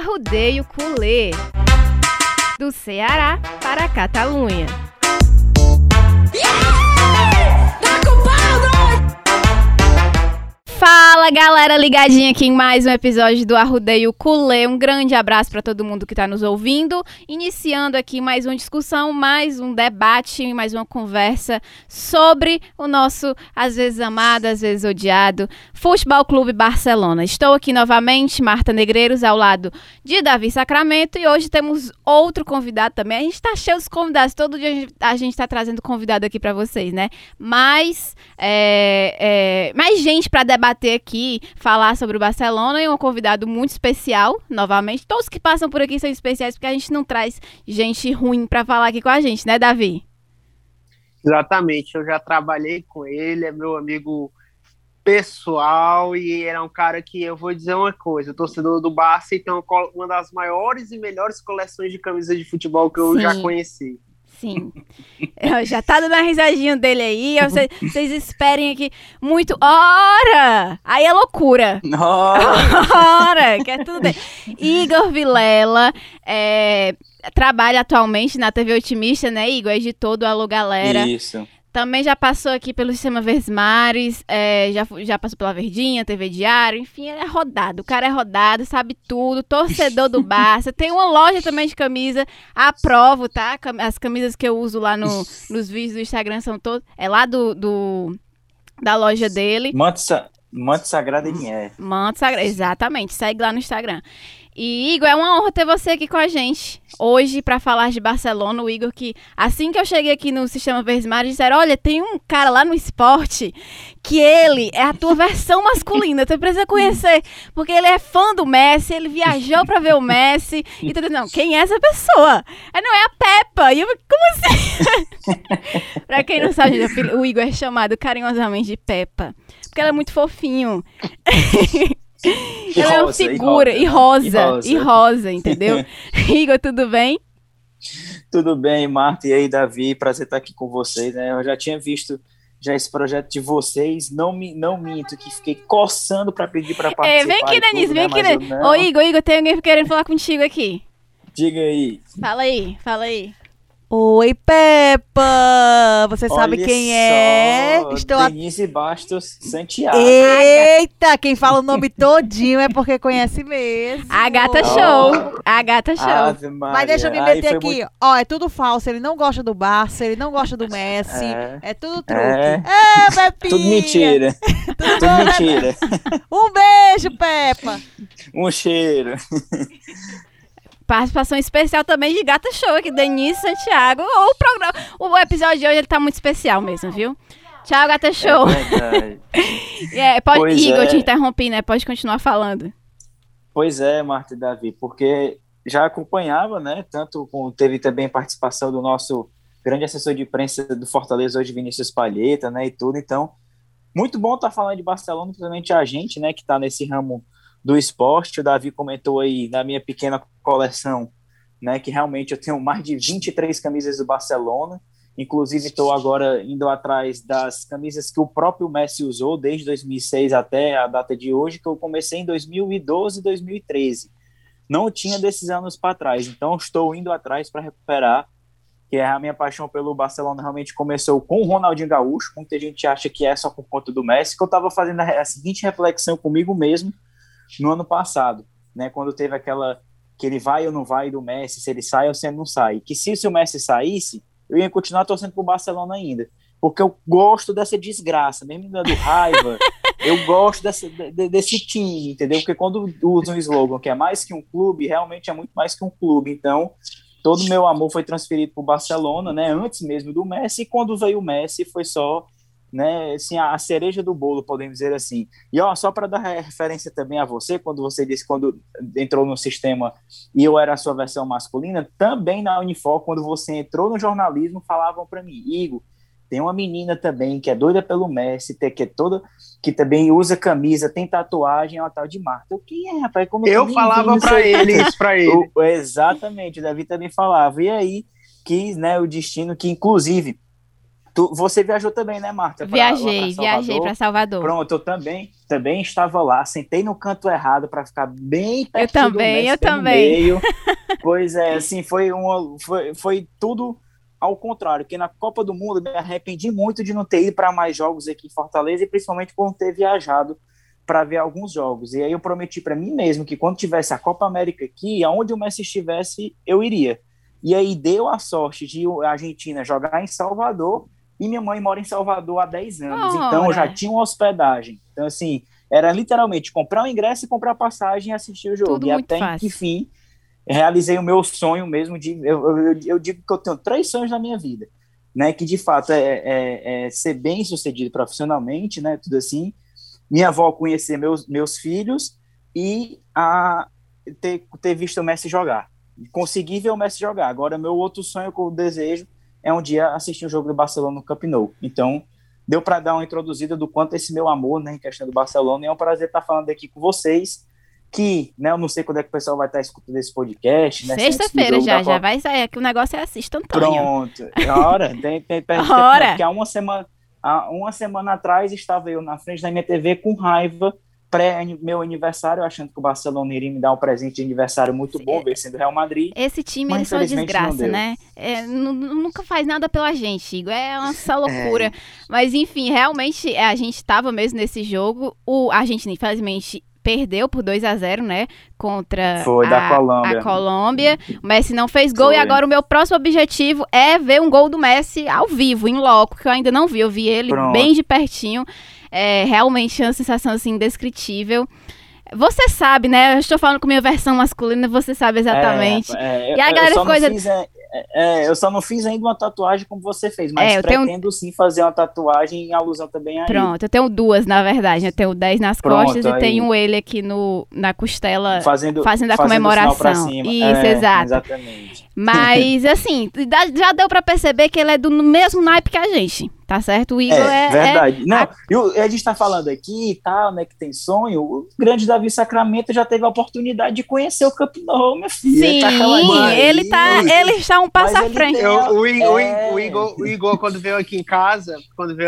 Arrudeio Culé, do Ceará para a Catalunha. Fala, galera ligadinha aqui em mais um episódio do Arrudeio Culé. Um grande abraço para todo mundo que está nos ouvindo. Iniciando aqui mais uma discussão, mais um debate, mais uma conversa sobre o nosso, às vezes amado, às vezes odiado, Futebol Clube Barcelona. Estou aqui novamente, Marta Negreiros, ao lado de Davi Sacramento, e hoje temos outro convidado também. A gente está cheio dos convidados, todo dia a gente está trazendo convidado aqui para vocês, né? Mais gente para debater aqui, falar sobre o Barcelona, e um convidado muito especial, novamente. Todos que passam por aqui são especiais, porque a gente não traz gente ruim para falar aqui com a gente, né, Davi? Exatamente, eu já trabalhei com ele, é meu amigo pessoal, e era um cara que, eu vou dizer uma coisa, torcedor do Barça, e tem uma das maiores e melhores coleções de camisas de futebol que eu já conheci. Sim, já tá dando a risadinha dele aí, vocês esperem aqui muito, ora, aí é loucura, ora, que é tudo bem. Igor Vilela, trabalha atualmente na TV Otimista, né, Igor, editor do Alô Galera. Isso. Também já passou aqui pelo Sistema Versmares, já passou pela Verdinha, TV Diário, enfim, ele é rodado. O cara é rodado, sabe tudo, torcedor do Barça. Tem uma loja também de camisa, aprovo, tá? As camisas que eu uso lá nos vídeos do Instagram são todas, é lá da loja dele. Manto Sagrado ele é. Manto Sagrado, exatamente, segue lá no Instagram. E, Igor, é uma honra ter você aqui com a gente hoje para falar de Barcelona. O Igor, que assim que eu cheguei aqui no Sistema Versmares, disseram, olha, tem um cara lá no esporte que ele é a tua versão masculina, tu precisa conhecer, porque ele é fã do Messi, ele viajou para ver o Messi, e tu diz, não, quem é essa pessoa? Não é a Peppa. E eu, como assim? Pra quem não sabe, o Igor é chamado carinhosamente de Peppa, porque ela é muito fofinho. Ela é uma figura, e rosa, entendeu? Igor, tudo bem? Tudo bem, Marta, e aí, Davi, prazer estar aqui com vocês, né? Eu já tinha visto esse projeto de vocês, não minto, que fiquei coçando para pedir para participar. Vem aqui, Denise, vem aqui. Ô, Igor, tem alguém querendo falar contigo aqui. Diga aí. Fala aí. Oi, Peppa! Você sabe quem é? Denise Bastos Santiago. Eita, quem fala o nome todinho é porque conhece mesmo. A gata show. Mas deixa eu me meter aqui. Muito... Ó, é tudo falso. Ele não gosta do Barça, ele não gosta do Messi. É tudo truque. Pepinha! Tudo mentira. Tudo mentira. Um beijo, Peppa! Um cheiro. Participação especial também de Gata Show aqui, Denise Santiago. O episódio de hoje ele tá muito especial mesmo, viu? Tchau, Gata Show. Igor, te interrompi, né? Pode continuar falando. Pois é, Marta e Davi, porque já acompanhava, né? Teve também participação do nosso grande assessor de imprensa do Fortaleza hoje, Vinícius Palheta, né? E tudo. Então, muito bom estar falando de Barcelona, principalmente a gente, né? Que tá nesse ramo do esporte. O Davi comentou aí na minha pequena coleção, né, que realmente eu tenho mais de 23 camisas do Barcelona, inclusive estou agora indo atrás das camisas que o próprio Messi usou desde 2006 até a data de hoje, que eu comecei em 2012 e 2013. Não tinha desses anos para trás, então estou indo atrás para recuperar, que é a minha paixão pelo Barcelona realmente começou com o Ronaldinho Gaúcho. Muita gente acha que é só por conta do Messi, que eu estava fazendo a seguinte reflexão comigo mesmo no ano passado, né, quando teve que ele vai ou não vai do Messi, se ele sai ou se ele não sai, que se o Messi saísse, eu ia continuar torcendo pro Barcelona ainda, porque eu gosto dessa desgraça, mesmo dando raiva, eu gosto desse time, entendeu? Porque quando usam um slogan que é mais que um clube, realmente é muito mais que um clube. Então, todo o meu amor foi transferido pro Barcelona, né, antes mesmo do Messi, e quando veio o Messi foi só, né, assim, a cereja do bolo, podemos dizer assim. E só para dar referência também a você, quando você disse quando entrou no sistema e eu era a sua versão masculina, também na Unifor, quando você entrou no jornalismo, falavam para mim, Igor, tem uma menina também que é doida pelo Messi, que também usa camisa, tem tatuagem, é uma tal de Marta. Quem é, rapaz? Eu falava para ele isso, para ele. Exatamente, o Davi também falava. E aí, quis, né, o destino que, inclusive, Você viajou também, né, Marta? Viajei para Salvador. Pronto, eu também estava lá, sentei no canto errado para ficar bem pertinho do Messi, eu também. Meio. Pois é, assim, foi tudo ao contrário, que na Copa do Mundo me arrependi muito de não ter ido para mais jogos aqui em Fortaleza e principalmente por não ter viajado para ver alguns jogos. E aí eu prometi para mim mesmo que quando tivesse a Copa América aqui, aonde o Messi estivesse, eu iria. E aí deu a sorte de a Argentina jogar em Salvador e minha mãe mora em Salvador há 10 anos, então eu já tinha uma hospedagem. Então, assim, era literalmente comprar o ingresso e comprar a passagem e assistir o jogo. Tudo e muito até fácil. que, enfim, realizei o meu sonho mesmo. Eu digo que eu tenho 3 sonhos na minha vida, né? Que, de fato, é ser bem-sucedido profissionalmente, né? Tudo assim. Minha avó conhecer meus filhos e ter visto o Messi jogar. Consegui ver o Messi jogar. Agora, meu outro sonho que eu desejo é um dia assistir um jogo do Barcelona no Camp Nou. Então, deu para dar uma introduzida do quanto esse meu amor, né, em questão do Barcelona, e é um prazer estar falando aqui com vocês, que, né, eu não sei quando é que o pessoal vai estar escutando esse podcast, né? Sexta-feira já vai sair, aqui o negócio é instantâneo. Pronto, hora, porque há uma semana atrás estava eu na frente da minha TV com raiva, meu aniversário, achando que o Barcelona iria me dar um presente de aniversário muito bom, vencendo o Real Madrid. Esse time, ele só desgraça, né? Nunca faz nada pela gente, Igor. É uma só loucura. Mas, enfim, realmente, a gente estava mesmo nesse jogo. A Argentina, infelizmente, perdeu por 2-0, né? Contra a Colômbia. O Messi não fez gol. E agora o meu próximo objetivo é ver um gol do Messi ao vivo, em loco, que eu ainda não vi. Eu vi ele bem de pertinho. Realmente é uma sensação assim, indescritível. Você sabe, né? Eu estou falando com minha versão masculina, você sabe exatamente. E a galera eu só não fiz ainda uma tatuagem como você fez, mas pretendo sim fazer uma tatuagem em alusão também a ele. Pronto, eu tenho 2, na verdade. Eu tenho 10 nas costas e tenho ele aqui na costela fazendo a comemoração. Isso, exato. Exatamente. Mas, assim, já deu pra perceber que ele é do mesmo naipe que a gente, tá certo? O Igor verdade. A gente tá falando aqui e tal, né, que tem sonho. O grande Davi Sacramento já teve a oportunidade de conhecer o Camp Nou, minha filha. Sim, ele está um passo à frente. O Igor, quando veio aqui em casa,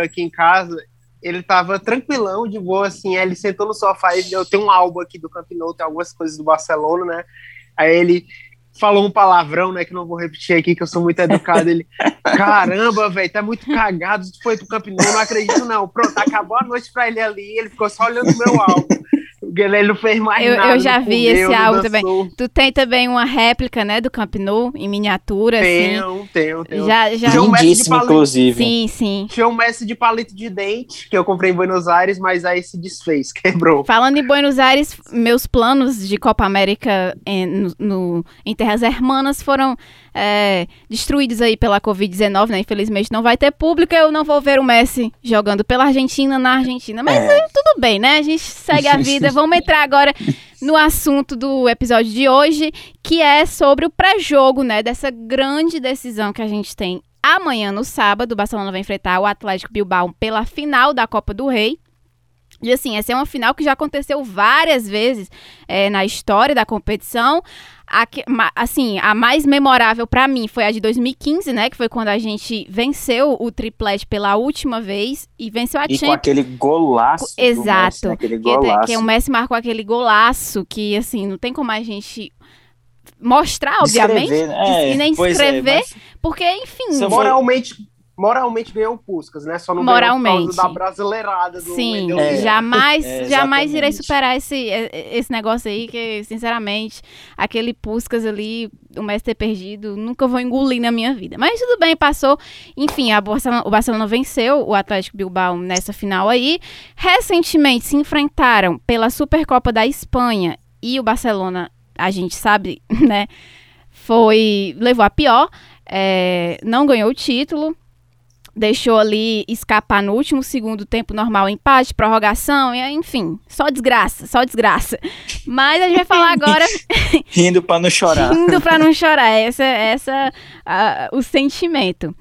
ele tava tranquilão, de boa, assim, ele sentou no sofá, eu tenho um álbum aqui do Camp Nou, tem algumas coisas do Barcelona, né? Aí ele falou um palavrão, né, que não vou repetir aqui, que eu sou muito educado. Ele, caramba, velho, tá muito cagado, tu foi pro Camp Nou, não acredito não. Pronto, acabou a noite pra ele ali, ele ficou só olhando o meu álbum. Ele não fez mais nada. Eu já vi esse álbum também. Tu tem também uma réplica, né, do Camp Nou, em miniatura, assim. Tenho. Já lindíssimo, inclusive. Sim. Tinha um Messi de palito de dente, que eu comprei em Buenos Aires, mas aí se desfez, quebrou. Falando em Buenos Aires, meus planos de Copa América em Terras Hermanas foram destruídos aí pela Covid-19, né? Infelizmente não vai ter público, eu não vou ver o Messi jogando pela Argentina na Argentina. Mas tudo bem, né? A gente segue a vida. Vamos entrar agora no assunto do episódio de hoje, que é sobre o pré-jogo, né? Dessa grande decisão que a gente tem amanhã, no sábado. O Barcelona vai enfrentar o Atlético Bilbao pela final da Copa do Rei. E assim, essa é uma final que já aconteceu várias vezes na história da competição. A mais memorável para mim foi a de 2015, né? Que foi quando a gente venceu o triplete pela última vez e venceu a Champions. E com aquele golaço. Exato. Do Messi, que o Messi marcou aquele golaço que, assim, não tem como a gente mostrar, obviamente, e nem descrever, porque, enfim... Moralmente ganhou o Puskás, né? Só não ganhou por causa da brasileirada do Sim, jamais irei superar esse negócio aí, que, sinceramente, aquele Puskás ali, o Messi ter perdido, nunca vou engolir na minha vida. Mas tudo bem, passou. Enfim, o Barcelona venceu o Atlético Bilbao nessa final aí. Recentemente se enfrentaram pela Supercopa da Espanha e o Barcelona, a gente sabe, né, levou a pior, não ganhou o título. Deixou ali escapar no último segundo tempo normal, empate, prorrogação, enfim, só desgraça. Mas a gente vai falar agora... Rindo pra não chorar. O sentimento.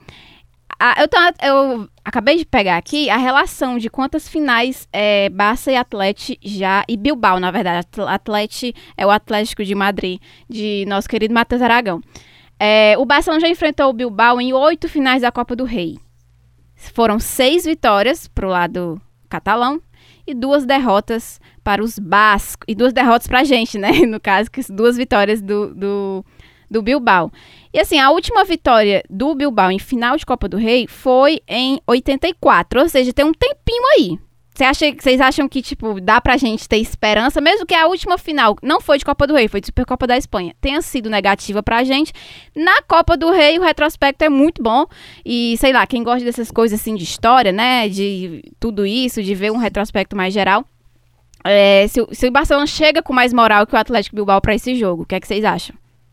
Eu acabei de pegar aqui a relação de quantas finais Barça e Atlético e Bilbao, na verdade. Atlético é o Atlético de Madrid, de nosso querido Matheus Aragão. O Barcelona já enfrentou o Bilbao em 8 finais da Copa do Rei. foram 6 vitórias pro lado catalão e 2 derrotas para os bascos. E 2 derrotas pra gente, né? No caso, que 2 vitórias do Bilbao. E assim, a última vitória do Bilbao em final de Copa do Rei foi em 84, ou seja, tem um tempinho aí. Vocês acham que, tipo, dá pra gente ter esperança, mesmo que a última final não foi de Copa do Rei, foi de Supercopa da Espanha, tenha sido negativa pra gente? Na Copa do Rei, o retrospecto é muito bom. E, sei lá, quem gosta dessas coisas, assim, de história, né, de tudo isso, de ver um retrospecto mais geral, se o Barcelona chega com mais moral que o Atlético Bilbao pra esse jogo, o que é que vocês acham?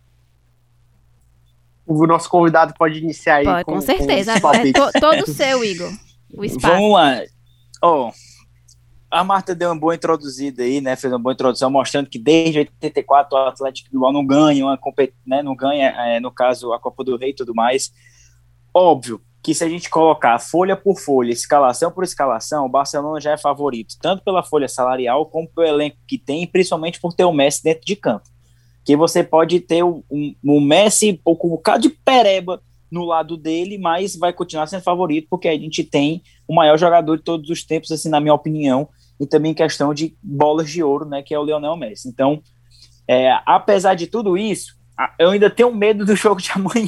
O nosso convidado pode iniciar aí. Com certeza. Todo seu, Igor. O espaço. Vamos lá. A Marta deu uma boa introduzida aí, né? Fez uma boa introdução mostrando que desde 84 o Atlético Bilbao não ganha não ganha, no caso, a Copa do Rei e tudo mais. Óbvio que se a gente colocar folha por folha, escalação por escalação, o Barcelona já é favorito, tanto pela folha salarial como pelo elenco que tem, principalmente por ter o Messi dentro de campo. Que você pode ter o Messi com um bocado de pereba no lado dele, mas vai continuar sendo favorito, porque a gente tem o maior jogador de todos os tempos, assim, na minha opinião, e também em questão de bolas de ouro, né, que é o Lionel Messi. Então, apesar de tudo isso, eu ainda tenho medo do jogo de amanhã.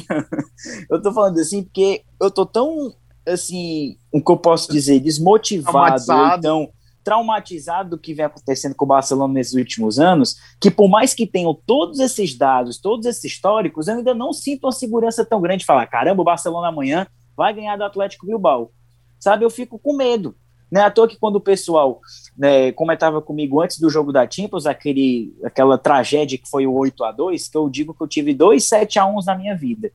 Eu tô falando assim, porque eu tô tão, assim, o que eu posso dizer, desmotivado, então traumatizado do que vem acontecendo com o Barcelona nesses últimos anos, que por mais que tenham todos esses dados, todos esses históricos, eu ainda não sinto uma segurança tão grande de falar, caramba, o Barcelona amanhã vai ganhar do Atlético Bilbao. Sabe, eu fico com medo. Não é à toa que quando o pessoal, né, comentava comigo antes do jogo da Champions, aquela tragédia que foi o 8-2, que eu digo que eu tive 2 7-1 na minha vida.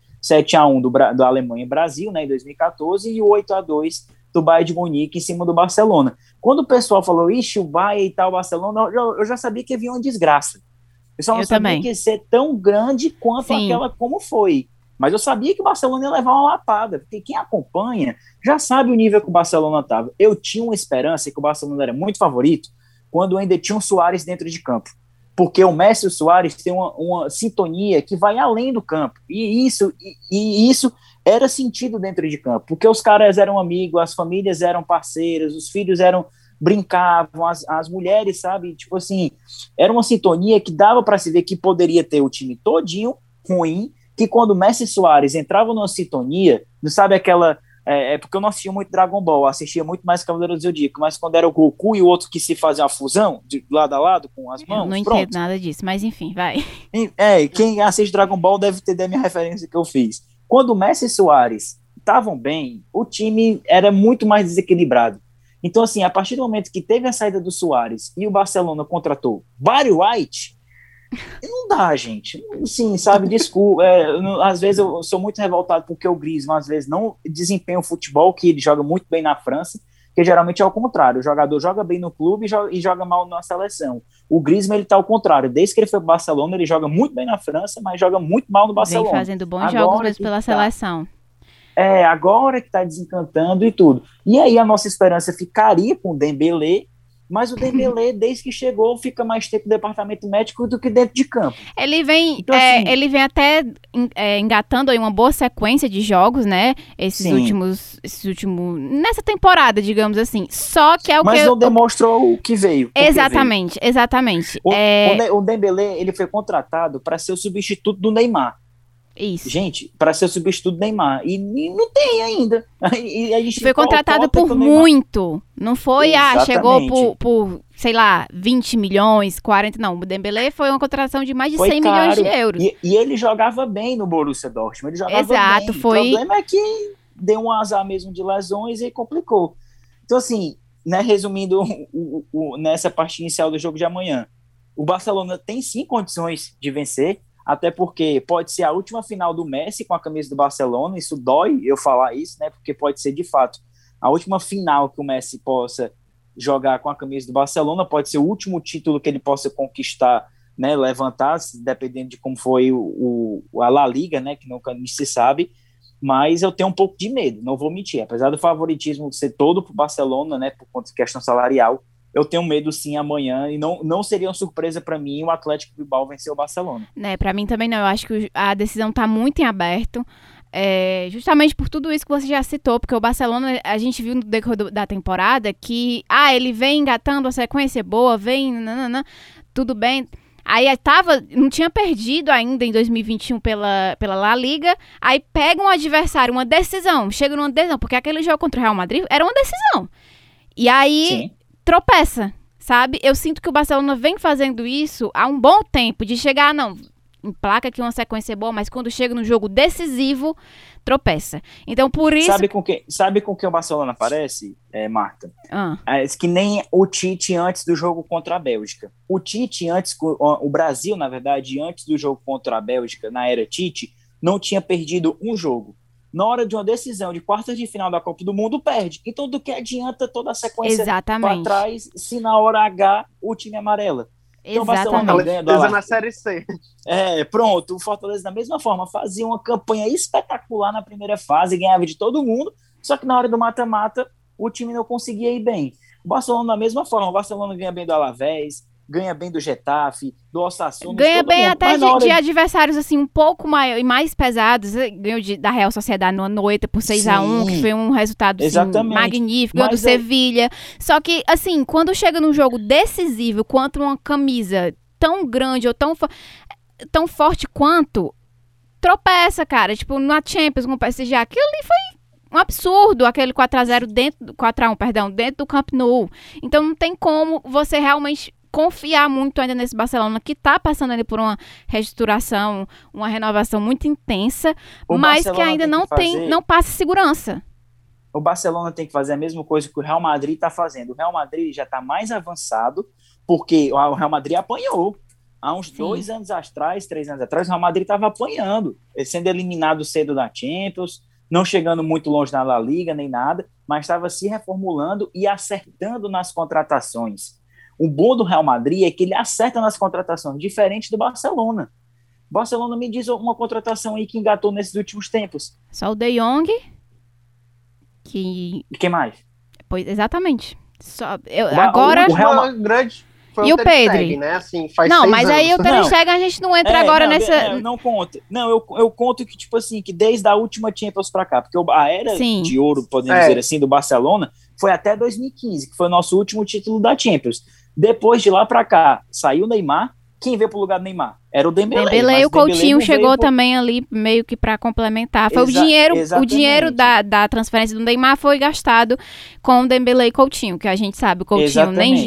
7-1 da Alemanha e Brasil, né, em 2014, e o 8-2 do Bayern de Munique em cima do Barcelona. Quando o pessoal falou, ixi, o Bayern e tal, o Barcelona, eu já sabia que havia uma desgraça. Eu só não sabia que ia ser tão grande quanto aquela como foi. Mas eu sabia que o Barcelona ia levar uma lapada, porque quem acompanha já sabe o nível que o Barcelona estava. Eu tinha uma esperança que o Barcelona era muito favorito quando ainda tinha o Suárez dentro de campo. Porque o Messi e o Suárez têm uma sintonia que vai além do campo. E isso era sentido dentro de campo, porque os caras eram amigos, as famílias eram parceiras, os filhos brincavam, as mulheres, sabe? Tipo assim, era uma sintonia que dava para se ver que poderia ter o time todinho ruim, que quando o Messi e Suárez entravam numa sintonia, não sabe aquela... porque eu não assistia muito Dragon Ball, assistia muito mais Cavaleiro do Zodíaco, mas quando era o Goku e o outro que se fazia uma fusão, de lado a lado, com as mãos, eu não entendo nada disso, mas enfim, vai. Quem assiste Dragon Ball deve ter da minha referência que eu fiz. Quando o Messi e Suárez estavam bem, o time era muito mais desequilibrado. Então, assim, a partir do momento que teve a saída do Suárez e o Barcelona contratou Barry White, não dá, gente. Sim, sabe, desculpa. Às vezes eu sou muito revoltado porque o Griezmann, às vezes, não desempenha o futebol, que ele joga muito bem na França, que geralmente é o contrário. O jogador joga bem no clube e joga mal na seleção. O Griezmann, ele tá ao contrário. Desde que ele foi pro Barcelona, ele joga muito bem na França, mas joga muito mal no Barcelona. Vem fazendo bons jogos mesmo pela seleção. Agora que tá desencantando e tudo. E aí a nossa esperança ficaria com o Dembélé, mas o Dembélé, desde que chegou, fica mais tempo no departamento médico do que dentro de campo. Ele vem, então, assim, ele vem até engatando aí uma boa sequência de jogos, né? Esses últimos, nessa temporada, digamos assim. Só que mas não demonstrou o que veio. Exatamente. O Dembélé, ele foi contratado para ser o substituto do Neymar. Isso. Gente, para ser o substituto do Neymar. E não tem ainda. E a gente foi contratado por muito. Não foi, chegou por, sei lá, 20 milhões, 40. Não, o Dembélé foi uma contratação de mais de 100 milhões de euros. E ele jogava bem no Borussia Dortmund. Ele jogava bem. O problema é que deu um azar mesmo de lesões e complicou. Então, assim, né, resumindo nessa parte inicial do jogo de amanhã, o Barcelona tem sim condições de vencer, até porque pode ser a última final do Messi com a camisa do Barcelona, isso dói eu falar isso, né, porque pode ser de fato a última final que o Messi possa jogar com a camisa do Barcelona, pode ser o último título que ele possa conquistar, né, levantar, dependendo de como foi a La Liga, né, que nunca se sabe, mas eu tenho um pouco de medo, não vou mentir, apesar do favoritismo ser todo para o Barcelona, né, por conta de questão salarial, eu tenho medo sim amanhã, e não seria uma surpresa para mim o Atlético Bilbao vencer o Barcelona. Para mim também não, eu acho que a decisão está muito em aberto. justamente por tudo isso que você já citou, porque o Barcelona, a gente viu no decorrer da temporada que, ele vem engatando a sequência boa, tudo bem. Aí não tinha perdido ainda em 2021 pela La Liga, aí pega um adversário, uma decisão, chega numa decisão, porque aquele jogo contra o Real Madrid era uma decisão. E aí tropeça, sabe? Eu sinto que o Barcelona vem fazendo isso há um bom tempo, de chegar, emplaca aqui uma sequência boa, mas quando chega no jogo decisivo, tropeça. Então, por isso... Sabe com que o Barcelona parece, Marta? É que nem o Tite antes do jogo contra a Bélgica. O Tite o Brasil, na verdade, antes do jogo contra a Bélgica, na era Tite, não tinha perdido um jogo. Na hora de uma decisão de quartas de final da Copa do Mundo, perde. Então, do que adianta toda a sequência para trás, se na hora H o time amarela? Então, Fortaleza na Série C. Pronto, o Fortaleza da mesma forma fazia uma campanha espetacular na primeira fase, ganhava de todo mundo, só que na hora do mata-mata o time não conseguia ir bem. O Barcelona da mesma forma, o Barcelona ganha bem do Alavés, ganha bem do Getafe, do Osasuna, ganha bem até de adversários assim um pouco mais pesados. Ganhou da Real Sociedade no Anoeta por 6-1, que foi um resultado assim, magnífico. Ganhou do Sevilha. Só que assim, quando chega num jogo decisivo contra uma camisa tão grande ou tão forte quanto, tropeça, cara. Tipo, na Champions com o PSG, aquilo ali foi um absurdo, aquele 4-1, dentro do Camp Nou. Então não tem como você realmente confiar muito ainda nesse Barcelona, que está passando ali por uma reestruturação, uma renovação muito intensa, mas que ainda não passa segurança. O Barcelona tem que fazer a mesma coisa que o Real Madrid está fazendo. O Real Madrid já está mais avançado, porque o Real Madrid apanhou. Há uns 2 anos atrás, 3 anos atrás, o Real Madrid estava apanhando, sendo eliminado cedo da Champions, não chegando muito longe na La Liga, nem nada, mas estava se reformulando e acertando nas contratações. O bom do Real Madrid é que ele acerta nas contratações, diferente do Barcelona. O Barcelona me diz uma contratação aí que engatou nesses últimos tempos. Só o De Jong. E quem mais? Pois, exatamente. Agora... O Real grande foi e o Pedro, Stegen, né? Assim, faz não, 6 mas anos. aí o Ter Stegen a gente não entra agora nessa... Não conta. Não, eu conto que, tipo assim, que desde a última Champions pra cá, porque a era de ouro, podemos dizer assim, do Barcelona, foi até 2015, que foi o nosso último título da Champions. Depois de lá pra cá, saiu o Neymar. Quem veio pro lugar do Neymar? Era o Dembélé. E o Coutinho chegou também ali, meio que pra complementar. Foi o dinheiro da transferência do Neymar foi gastado com o Dembélé e Coutinho, que a gente sabe, o Coutinho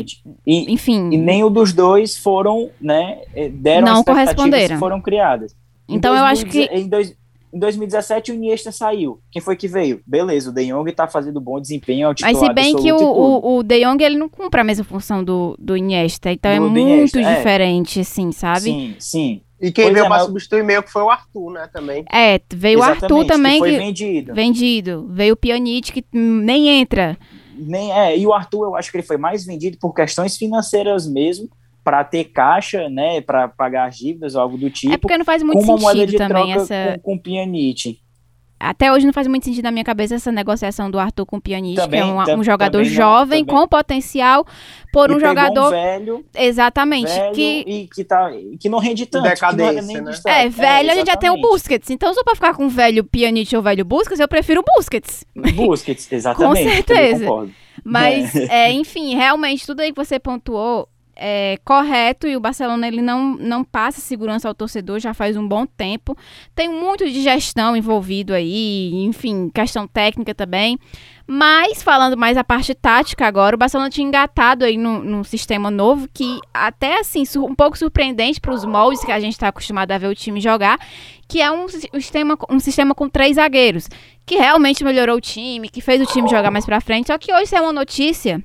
enfim. E nem o dos dois foram, né, deram as expectativas que foram criadas. Então eu acho que... Em 2017 o Iniesta saiu. Quem foi que veio? Beleza, o De Jong tá fazendo bom desempenho, é o titular. Mas se bem que o De Jong, ele não cumpre a mesma função do Iniesta, então é muito diferente, assim, sabe? Sim. E quem veio pra substituir meio que foi o Arthur, né, também. Veio o Arthur também. Que foi vendido. Veio o Pjanic, que nem entra. E o Arthur, eu acho que ele foi mais vendido por questões financeiras mesmo, para ter caixa, né, para pagar as dívidas ou algo do tipo. É porque não faz muito sentido moeda de também troca com o Pjanic. Até hoje não faz muito sentido na minha cabeça essa negociação do Arthur com o Pjanic, que é um jogador jovem, com potencial, por um jogador... velho. Exatamente. Velho que não rende tanto. Decadência, né? Velho, a gente já tem o Busquets. Então, se eu pra ficar com o velho Pjanic ou o velho Busquets, eu prefiro o Busquets. Busquets, exatamente. Com certeza. Mas, enfim, realmente, tudo aí que você pontuou é correto, e o Barcelona ele não passa segurança ao torcedor já faz um bom tempo. Tem muito de gestão envolvido aí, enfim, questão técnica também. Mas, falando mais a parte tática agora, o Barcelona tinha engatado aí num sistema novo que até, assim, um pouco surpreendente para os moldes que a gente está acostumado a ver o time jogar, que é um sistema com 3 zagueiros, que realmente melhorou o time, que fez o time jogar mais para frente. Só que hoje é uma notícia...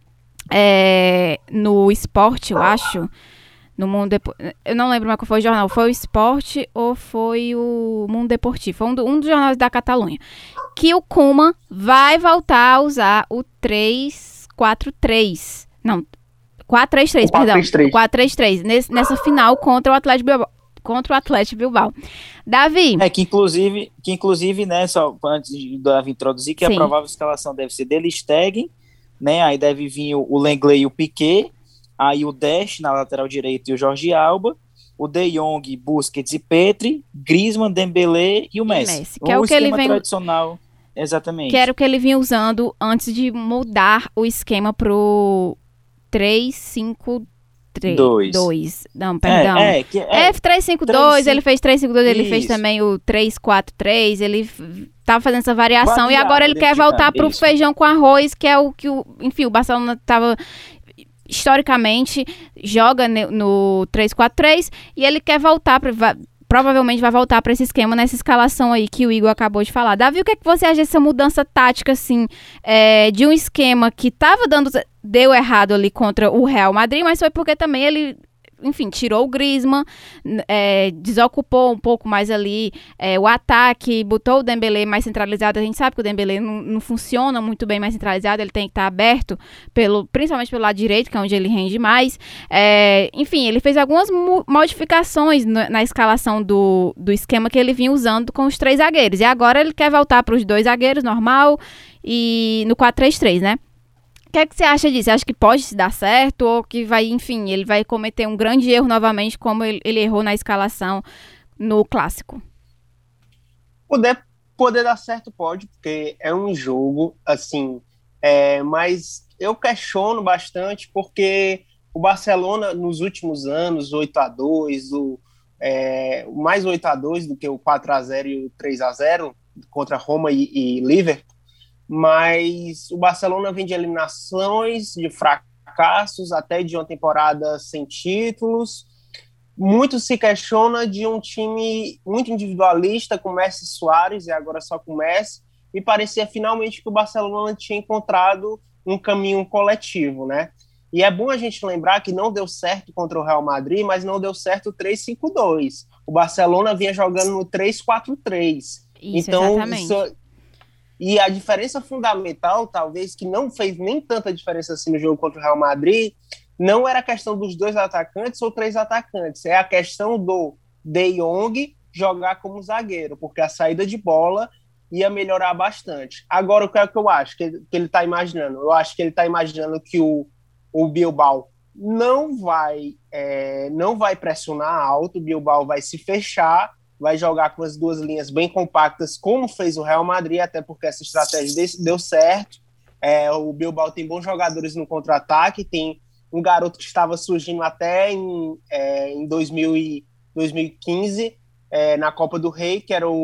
no Esporte, eu acho, no Mundo eu não lembro mais qual foi o jornal, foi o Esporte ou foi o Mundo Deportivo, foi um dos jornais da Catalunha, que o Koeman vai voltar a usar o 3-4-3, não, 4-3-3, perdão, 4-3-3, nessa final contra o Atlético Bilbao. Davi. Que inclusive, né, só antes do Davi introduzir, que a provável escalação deve ser Ter Stegen, né, aí deve vir o Lenglet e o Piqué, aí o Dest na lateral direita e o Jorge Alba, o De Jong, Busquets e Pedri, Griezmann, Dembélé e o Messi. Que é o que ele vem tradicional, exatamente. Que era o que ele vinha usando antes de mudar o esquema pro 3-5-2. Não, perdão. 3-5-2, ele fez 3-5-2, ele fez também o 3-4-3, ele tava fazendo essa variação e agora ele quer voltar pro feijão com arroz, que é o que enfim, o Barcelona tava historicamente joga no 3-4-3 e ele quer voltar provavelmente vai voltar para esse esquema nessa escalação aí que o Igor acabou de falar. Davi, o que é que você acha dessa mudança tática, assim, de um esquema que deu errado ali contra o Real Madrid, mas foi porque também ele, enfim, tirou o Griezmann, desocupou um pouco mais ali o ataque, botou o Dembélé mais centralizado. A gente sabe que o Dembélé não funciona muito bem mais centralizado, ele tem que estar aberto, principalmente pelo lado direito, que é onde ele rende mais. Enfim, ele fez algumas modificações na escalação do esquema que ele vinha usando com os 3 zagueiros. E agora ele quer voltar para os 2 zagueiros, normal, e no 4-3-3, né? O que é que você acha disso? Você acha que pode se dar certo ou que vai, enfim, ele vai cometer um grande erro novamente como ele errou na escalação no Clássico? Poder dar certo pode, porque é um jogo, assim, mas eu questiono bastante porque o Barcelona nos últimos anos, 8-2, mais 8-2 do que o 4-0 e o 3-0 contra Roma e Liverpool, mas o Barcelona vem de eliminações, de fracassos, até de uma temporada sem títulos. Muito se questiona de um time muito individualista, com Messi e Suárez, e agora só com Messi, e parecia finalmente que o Barcelona tinha encontrado um caminho coletivo, né? E é bom a gente lembrar que não deu certo contra o Real Madrid, mas não deu certo o 3-5-2. O Barcelona vinha jogando no 3-4-3. Então, exatamente. E a diferença fundamental, talvez, que não fez nem tanta diferença assim no jogo contra o Real Madrid, não era a questão dos 2 atacantes ou 3 atacantes, é a questão do De Jong jogar como zagueiro, porque a saída de bola ia melhorar bastante. Agora, o que é que eu acho que ele está imaginando? Eu acho que ele está imaginando que o Bilbao não vai pressionar alto, o Bilbao vai se fechar, vai jogar com as 2 linhas bem compactas, como fez o Real Madrid, até porque essa estratégia deu certo. O Bilbao tem bons jogadores no contra-ataque, tem um garoto que estava surgindo até em 2015, na Copa do Rei, que era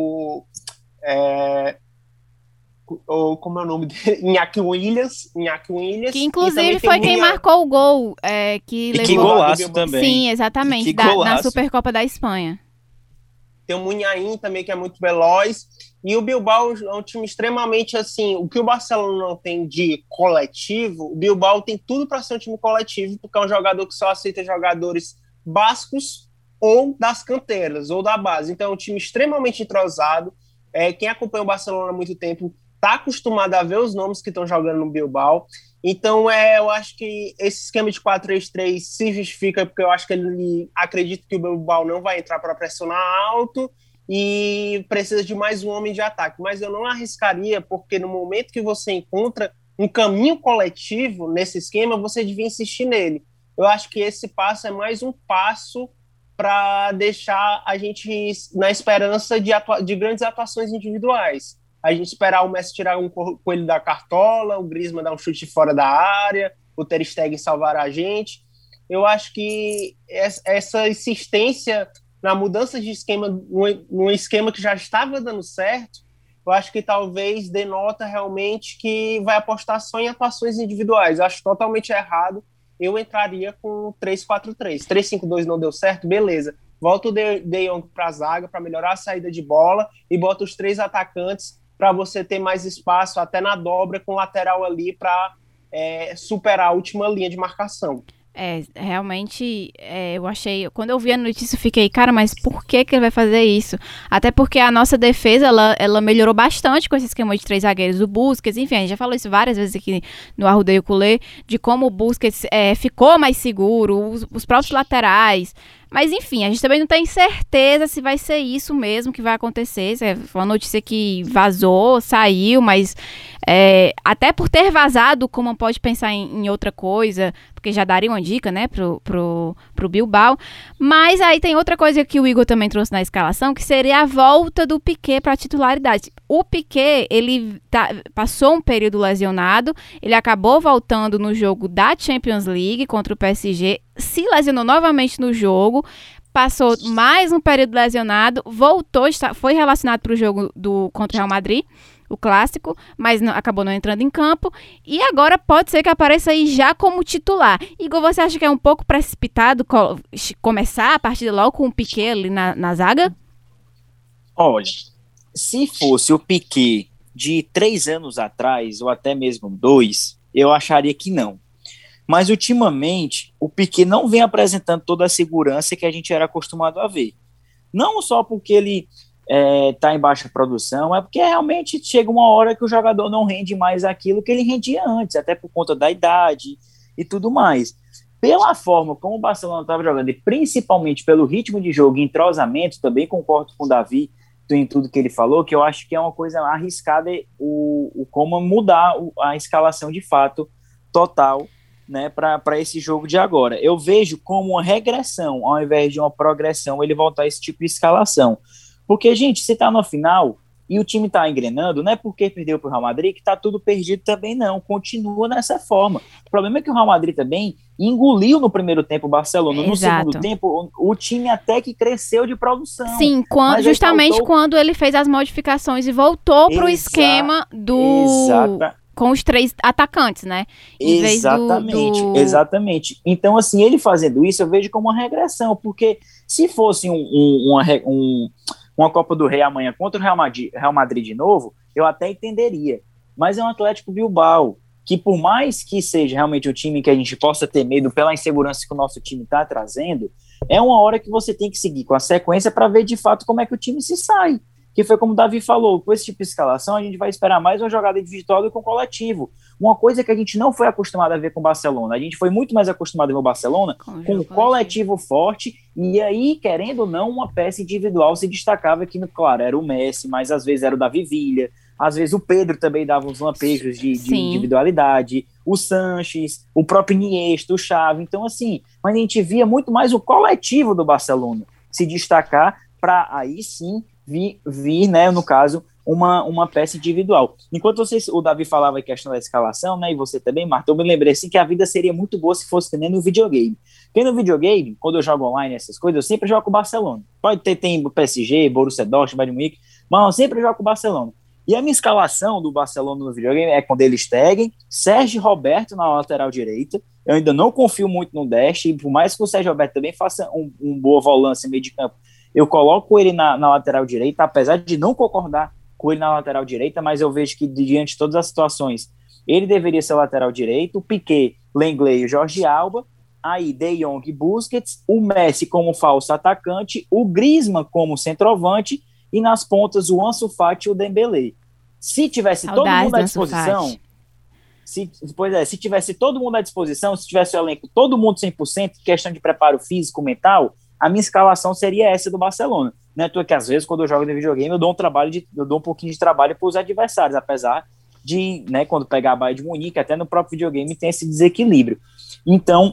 como é o nome dele? Iñaki Williams. Que inclusive foi quem marcou o gol. Que golaço também. Sim, exatamente, na Supercopa da Espanha. Tem o Muniain também, que é muito veloz. E o Bilbao é um time extremamente assim. O que o Barcelona não tem de coletivo, o Bilbao tem tudo para ser um time coletivo, porque é um jogador que só aceita jogadores bascos ou das canteiras, ou da base. Então é um time extremamente entrosado. Quem acompanha o Barcelona há muito tempo está acostumado a ver os nomes que estão jogando no Bilbao. Então, eu acho que esse esquema de 4-3-3 se justifica, porque eu acho que ele acredita que o Bilbao não vai entrar para pressionar alto e precisa de mais um homem de ataque. Mas eu não arriscaria, porque no momento que você encontra um caminho coletivo nesse esquema, você devia insistir nele. Eu acho que esse passo é mais um passo para deixar a gente na esperança de grandes atuações individuais. A gente esperar o Messi tirar um coelho da cartola, o Griezmann dar um chute fora da área, o Ter Stegen salvar a gente. Eu acho que essa insistência na mudança de esquema, num esquema que já estava dando certo, eu acho que talvez denota realmente que vai apostar só em atuações individuais. Eu acho totalmente errado. Eu entraria com 3-4-3. 3-5-2 não deu certo, beleza. Volta o De Jong para a zaga para melhorar a saída de bola e bota os 3 atacantes para você ter mais espaço até na dobra com o lateral ali para superar a última linha de marcação. Realmente, eu achei... Quando eu vi a notícia, eu fiquei, cara, mas por que ele vai fazer isso? Até porque a nossa defesa, ela melhorou bastante com esse esquema de 3 zagueiros. O Busquets, enfim, a gente já falou isso várias vezes aqui no Arrudeio Culé, de como o Busquets ficou mais seguro, os próprios laterais. Mas enfim, a gente também não tem certeza se vai ser isso mesmo que vai acontecer. Foi uma notícia que vazou, saiu, mas até por ter vazado, o Koeman pode pensar em outra coisa, porque já daria uma dica, né, pro Bilbao. Mas aí tem outra coisa que o Igor também trouxe na escalação, que seria a volta do Piqué para a titularidade. O Piqué, ele passou um período lesionado, ele acabou voltando no jogo da Champions League contra o PSG, se lesionou novamente no jogo, passou mais um período lesionado, voltou, foi relacionado para o jogo contra o Real Madrid, o clássico, mas acabou não entrando em campo, e agora pode ser que apareça aí já como titular. Igor, você acha que é um pouco precipitado começar a partida logo com o Piqué ali na zaga? Olha, se fosse o Piqué de 3 anos atrás, ou até mesmo 2, eu acharia que não. Mas, ultimamente, o Piqué não vem apresentando toda a segurança que a gente era acostumado a ver. Não só porque ele está em baixa produção, é porque realmente chega uma hora que o jogador não rende mais aquilo que ele rendia antes, até por conta da idade e tudo mais. Pela forma como o Barcelona estava jogando, e principalmente pelo ritmo de jogo e entrosamento, também concordo com o Davi em tudo que ele falou, que eu acho que é uma coisa arriscada como mudar a escalação de fato total, né, para esse jogo de agora. Eu vejo como uma regressão, ao invés de uma progressão, ele voltar a esse tipo de escalação. Porque, gente, se tá no final e o time tá engrenando, não é porque perdeu pro Real Madrid que tá tudo perdido também, não. Continua nessa forma. O problema é que o Real Madrid também engoliu no primeiro tempo o Barcelona. No segundo tempo, o time até que cresceu de produção. Sim, justamente quando ele fez as modificações e voltou pro esquema com os 3 atacantes, né? Exatamente. Então, assim, ele fazendo isso, eu vejo como uma regressão, porque se fosse uma Copa do Rei amanhã contra o Real Madrid de novo, eu até entenderia. Mas é um Atlético Bilbao, que por mais que seja realmente o time que a gente possa ter medo pela insegurança que o nosso time está trazendo, é uma hora que você tem que seguir com a sequência para ver de fato como é que o time se sai. Que foi como o Davi falou, com esse tipo de escalação a gente vai esperar mais uma jogada individual do que um coletivo. Uma coisa que a gente não foi acostumado a ver com o Barcelona. A gente foi muito mais acostumado a ver o Barcelona com um coletivo forte, e aí, querendo ou não, uma peça individual se destacava aqui, claro, era o Messi, mas às vezes era o Davi Villa, às vezes o Pedro também dava uns lampejos de individualidade, o Sanches, o próprio Iniesta, o Xavi. Então, assim, mas a gente via muito mais o coletivo do Barcelona se destacar para aí sim vir, né, no caso, uma peça individual. Enquanto o Davi falava a questão da escalação, né, e você também, Marta, eu me lembrei assim que a vida seria muito boa se fosse também no videogame. Porque no videogame, quando eu jogo online essas coisas, eu sempre jogo com o Barcelona. Pode ter, tem PSG, Borussia Dortmund, Bayern Munique, mas eu sempre jogo com o Barcelona. E a minha escalação do Barcelona no videogame é quando eles Stegen, Sérgio Roberto na lateral direita. Eu ainda não confio muito no Dest, e por mais que o Sérgio Roberto também faça um boa volância meio de campo, eu coloco ele na lateral direita, apesar de não concordar com ele na lateral direita, mas eu vejo que diante de todas as situações, ele deveria ser o lateral direito, o Piqué, Lenglet e o Jorge Alba, aí De Jong e Busquets, o Messi como falso atacante, o Griezmann como centroavante, e nas pontas o Ansu Fati e o Dembélé. Se tivesse todo mundo à disposição, se tivesse todo mundo à disposição, se tivesse o elenco todo mundo 100%, questão de preparo físico, mental, a minha escalação seria essa do Barcelona. Não é que às vezes, quando eu jogo no videogame, eu dou um pouquinho de trabalho para os adversários, apesar de, né, quando pegar a Bayern de Munique, até no próprio videogame tem esse desequilíbrio. Então,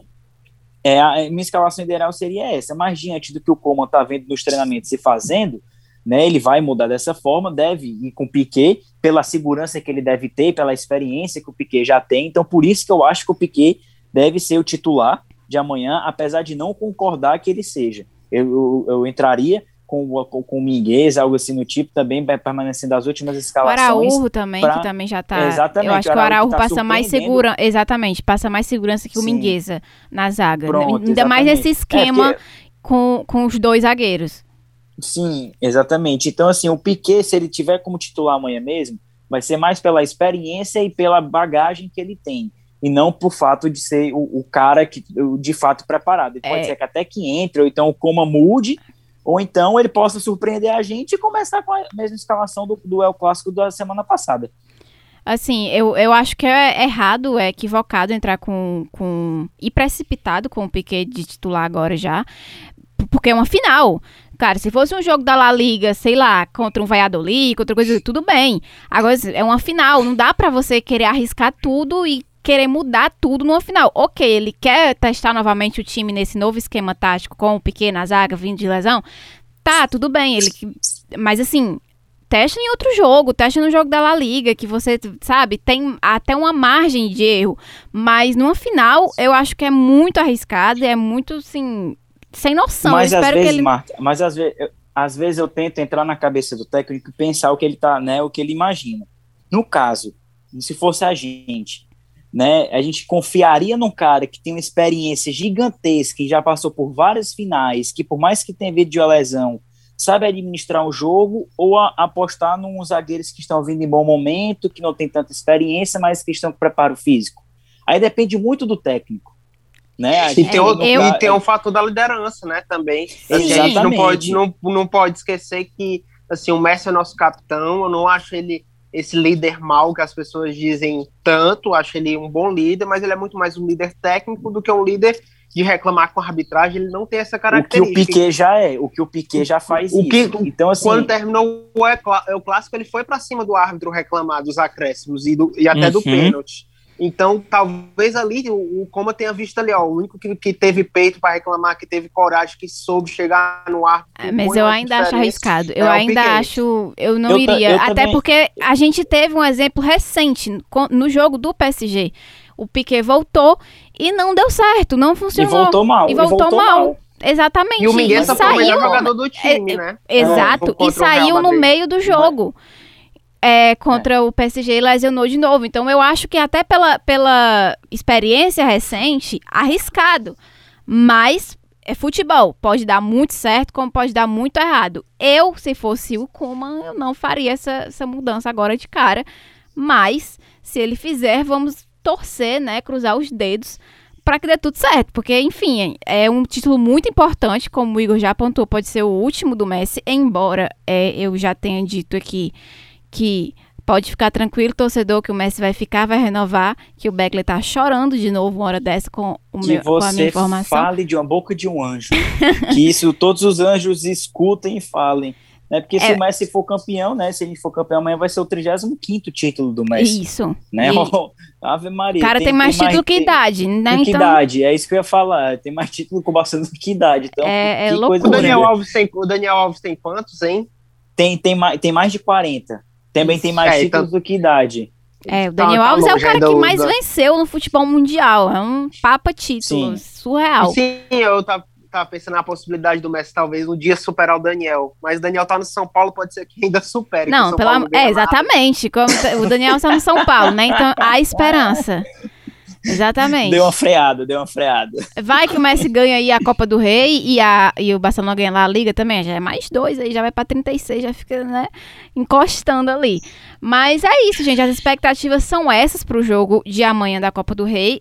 a minha escalação ideal seria essa, mas diante do que o Koeman está vendo nos treinamentos e fazendo, né, ele vai mudar dessa forma, deve ir com o Piqué, pela segurança que ele deve ter, pela experiência que o Piqué já tem, então por isso que eu acho que o Piqué deve ser o titular de amanhã, apesar de não concordar que ele seja. Eu entraria com o Minguez, algo assim no tipo, também permanecendo das últimas escalações. O Araújo também, que também já tá... Exatamente. Eu acho que o Araújo passa mais segurança, exatamente, passa mais segurança que o Mingueza na zaga. Pronto, ainda exatamente. Mais esse esquema com os 2 zagueiros. Sim, exatamente. Então, assim, o Piqué, se ele tiver como titular amanhã mesmo, vai ser mais pela experiência e pela bagagem que ele tem, e não por fato de ser o cara que de fato preparado. Ele pode ser que até que entre, ou então o Koeman mude, ou então ele possa surpreender a gente e começar com a mesma escalação do El Clássico da semana passada. Assim, eu acho que é errado, é equivocado entrar e precipitado com o Piqué de titular agora já, porque é uma final. Cara, se fosse um jogo da La Liga, sei lá, contra um Valladolid, contra coisa, tudo bem. Agora, é uma final, não dá pra você querer arriscar tudo e querer mudar tudo numa final. Ok, ele quer testar novamente o time nesse novo esquema tático com o Piqué na zaga, vindo de lesão. Tá, tudo bem, mas assim, testa em outro jogo, testa no jogo da La Liga, que você, sabe, tem até uma margem de erro. Mas numa final, eu acho que é muito arriscado e é muito, assim, sem noção. Mas eu espero às vezes, que ele... Marta, às vezes eu tento entrar na cabeça do técnico e pensar o que ele tá, né, o que ele imagina. No caso, se fosse a gente, né, a gente confiaria num cara que tem uma experiência gigantesca, que já passou por várias finais, que por mais que tenha vindo de uma lesão, sabe administrar um jogo, ou apostar nos zagueiros que estão vindo em bom momento, que não tem tanta experiência, mas que estão com preparo físico. Aí depende muito do técnico, né? E tem um fator da liderança, né, também. A gente não pode esquecer que, assim, o Messi é nosso capitão, eu não acho ele esse líder mau que as pessoas dizem tanto, acho ele um bom líder, mas ele é muito mais um líder técnico do que um líder de reclamar com a arbitragem, ele não tem essa característica. O que o Piqué já faz isso. Então, assim, quando terminou o clássico, ele foi para cima do árbitro reclamar dos acréscimos e até do pênalti. Então, talvez ali, o Coma tenha visto ali, ó, o único que teve peito para reclamar, que teve coragem, que soube chegar no árbitro. Mas eu ainda acho arriscado. Eu ainda acho, eu não iria. Até porque a gente teve um exemplo recente no jogo do PSG. O Piqué voltou e não deu certo, não funcionou. E voltou mal. Exatamente. E o Mingueza foi o melhor jogador do time, né? Exato. E saiu no meio do jogo. Contra o PSG e lesionou de novo. Então eu acho que até pela experiência recente, arriscado. Mas é futebol. Pode dar muito certo, como pode dar muito errado. Se fosse o Koeman, eu não faria essa mudança agora de cara. Mas, se ele fizer, vamos torcer, né, cruzar os dedos para que dê tudo certo, porque, enfim, é um título muito importante, como o Igor já apontou, pode ser o último do Messi, embora eu já tenha dito aqui que pode ficar tranquilo, torcedor, que o Messi vai renovar, que o Beckler tá chorando de novo uma hora dessa com a minha informação. Que você fale de uma boca de um anjo, que isso todos os anjos escutem e falem. Né? Porque se o Messi for campeão, né? Se ele for campeão amanhã, vai ser o 35º título do Messi. Isso. Né? Ave Maria. O cara tem mais título que idade, né? Que idade, é isso que eu ia falar. Tem mais título com o Barcelona que idade. Então, loucura. O Daniel Alves tem quantos, hein? Tem mais de 40. Também tem mais títulos do que idade. O Daniel Alves é o cara que mais venceu no futebol mundial. É um papa título, surreal. Sim, eu tava pensando na possibilidade do Messi talvez um dia superar o Daniel, mas o Daniel tá no São Paulo, pode ser que ainda supere. Não, exatamente, como o Daniel está no São Paulo, né, então há esperança. Exatamente. Deu uma freada. Vai que o Messi ganha aí a Copa do Rei e o Barcelona ganha lá a Liga também, já é mais 2 aí, já vai pra 36, já fica, né, encostando ali. Mas é isso, gente, as expectativas são essas pro jogo de amanhã da Copa do Rei.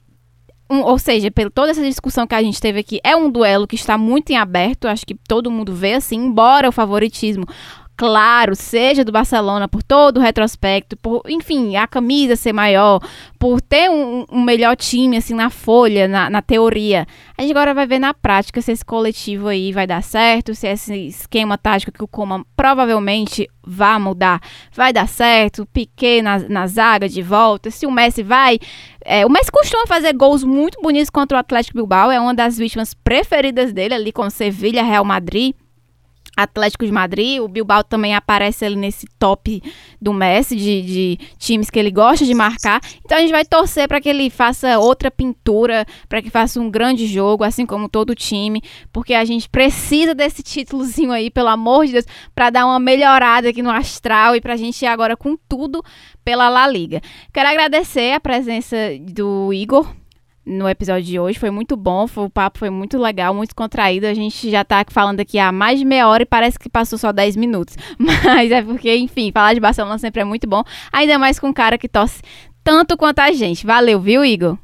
Ou seja, pela toda essa discussão que a gente teve aqui, é um duelo que está muito em aberto, acho que todo mundo vê assim, embora o favoritismo, claro, seja do Barcelona por todo o retrospecto, por, enfim, a camisa ser maior, por ter um melhor time, assim, na folha, na teoria. A gente agora vai ver na prática se esse coletivo aí vai dar certo, se esse esquema tático que o Koeman provavelmente vai mudar, vai dar certo, Piqué na zaga de volta, se o Messi vai... o Messi costuma fazer gols muito bonitos contra o Atlético Bilbao, é uma das vítimas preferidas dele ali com Sevilha, Real Madrid, Atlético de Madrid. O Bilbao também aparece ali nesse top do Messi, de times que ele gosta de marcar. Então a gente vai torcer para que ele faça outra pintura, para que faça um grande jogo, assim como todo o time, porque a gente precisa desse títulozinho aí, pelo amor de Deus, para dar uma melhorada aqui no astral e pra gente ir agora com tudo pela La Liga. Quero agradecer a presença do Igor no episódio de hoje, foi muito bom, o papo foi muito legal, muito contraído, a gente já tá falando aqui há mais de meia hora e parece que passou só 10 minutos, mas é porque, enfim, falar de Barcelona sempre é muito bom, ainda mais com um cara que torce tanto quanto a gente. Valeu, viu, Igor?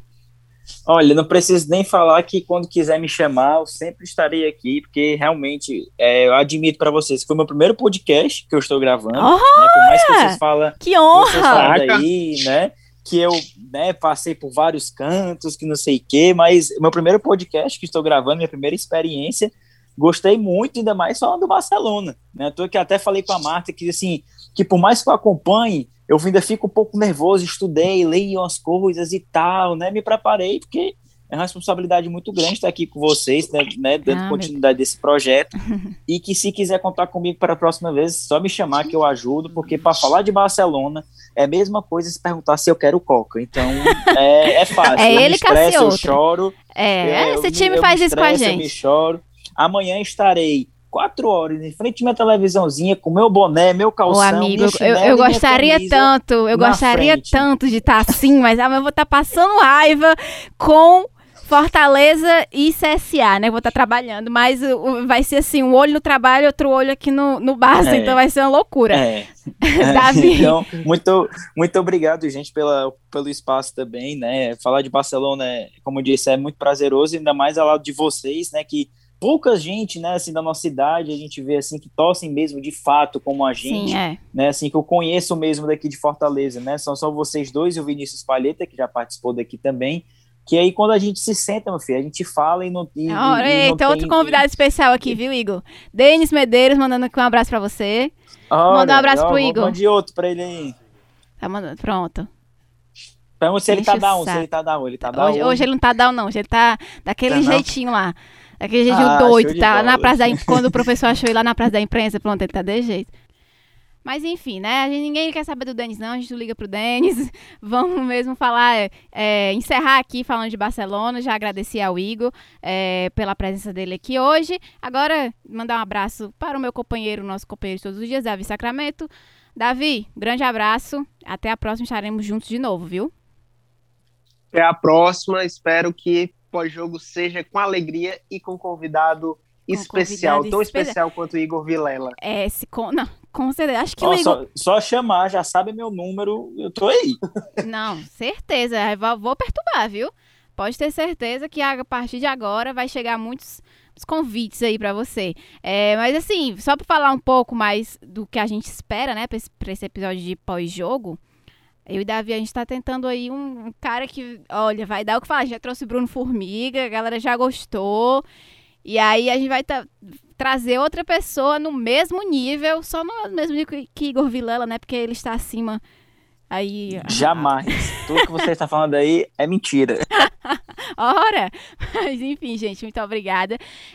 Olha, não preciso nem falar que quando quiser me chamar, eu sempre estarei aqui, porque realmente, eu admito pra vocês, foi o meu primeiro podcast que eu estou gravando, né, por mais que vocês falam... Que honra! Aí, né, que eu, né, passei por vários cantos, que não sei o quê, mas meu primeiro podcast que estou gravando, minha primeira experiência, gostei muito, ainda mais falando do Barcelona, né? Que até falei com a Marta que, assim, que por mais que eu acompanhe, eu ainda fico um pouco nervoso, estudei, leio umas coisas e tal, né? Me preparei, porque é uma responsabilidade muito grande estar aqui com vocês, né? Dando continuidade desse projeto. E que se quiser contar comigo para a próxima vez, só me chamar que eu ajudo, porque para falar de Barcelona é a mesma coisa se perguntar se eu quero Coca. Então, é fácil. É eu ele me estresso, eu outro. choro. Esse time faz isso com a gente. Eu me choro. Amanhã estarei 4 horas em frente à minha televisãozinha, com meu boné, meu calção, amigo, eu gostaria tanto de estar assim, mas amanhã eu vou estar passando raiva com Fortaleza e CSA, né? Vou estar trabalhando, mas vai ser assim, um olho no trabalho, outro olho aqui no Barça, então vai ser uma loucura. Davi. Então, muito obrigado, gente, pelo espaço também, né? Falar de Barcelona, como eu disse, é muito prazeroso, ainda mais ao lado de vocês, né? Que pouca gente, né, assim, da nossa idade, a gente vê, assim, que torcem mesmo de fato como a gente, Sim, né, assim, que eu conheço mesmo daqui de Fortaleza, né? São só vocês dois e o Vinícius Palheta, que já participou daqui também. Que aí quando a gente se senta, meu filho, a gente fala e não tem... Tem outro convidado especial aqui, viu, Igor? Denis Medeiros, mandando aqui um abraço pra você. Manda um abraço pro Igor. Mande outro pra ele aí. Tá mandando, pronto. Pergunta se ele tá down, Hoje ele não tá down, não. Hoje ele tá daquele jeitinho lá. Daquele jeitinho doido, tá? Na praça quando o professor achou ele lá na praça da imprensa, pronto, ele tá desse jeito. Mas enfim, né? Ninguém quer saber do Denis, não. A gente não liga pro Denis. Vamos mesmo falar, encerrar aqui falando de Barcelona. Já agradeci ao Igor pela presença dele aqui hoje. Agora, mandar um abraço para o meu companheiro, nosso companheiro de todos os dias, Davi Sacramento. Davi, grande abraço. Até a próxima, estaremos juntos de novo, viu? Até a próxima. Espero que pós-jogo seja com alegria e com convidado especial, tão especial quanto o Igor Vilela. Não, com certeza. Acho que o Igor... só chamar, já sabe meu número, eu tô aí. Não, certeza. Vou perturbar, viu? Pode ter certeza que a partir de agora vai chegar muitos convites aí pra você. Mas assim, só pra falar um pouco mais do que a gente espera, né, pra esse episódio de pós-jogo, eu e Davi, a gente tá tentando aí um cara que, olha, vai dar o que falar. A gente já trouxe Bruno Formiga, a galera já gostou. E aí a gente vai trazer outra pessoa no mesmo nível, só no mesmo nível que Igor Vilela, né? Porque ele está acima aí... Jamais. Tudo que você está falando aí é mentira. Ora! Mas enfim, gente, muito obrigada.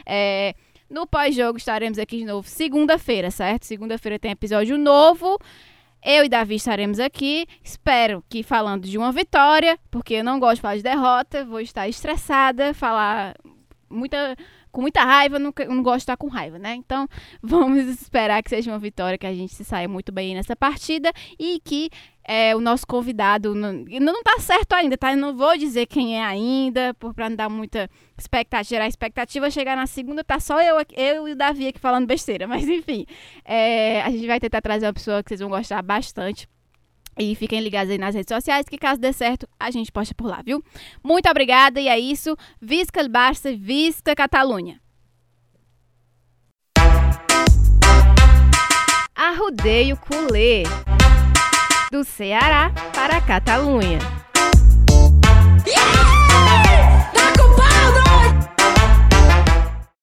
No pós-jogo estaremos aqui de novo segunda-feira, certo? Segunda-feira tem episódio novo. Eu e Davi estaremos aqui. Espero que falando de uma vitória, porque eu não gosto de falar de derrota. Vou estar estressada, falar com muita raiva, não gosto de estar com raiva, né? Então, vamos esperar que seja uma vitória, que a gente se saia muito bem nessa partida e que o nosso convidado não tá certo ainda, tá? Eu não vou dizer quem é ainda, pra não dar muita expectativa, gerar expectativa, chegar na segunda, tá só eu e o Davi aqui falando besteira, mas enfim, a gente vai tentar trazer uma pessoa que vocês vão gostar bastante. E fiquem ligados aí nas redes sociais, que caso dê certo, a gente posta por lá, viu? Muito obrigada, e é isso. Visca el Barça, visca Catalunha. Arrudeio culé. Do Ceará para a Catalunha.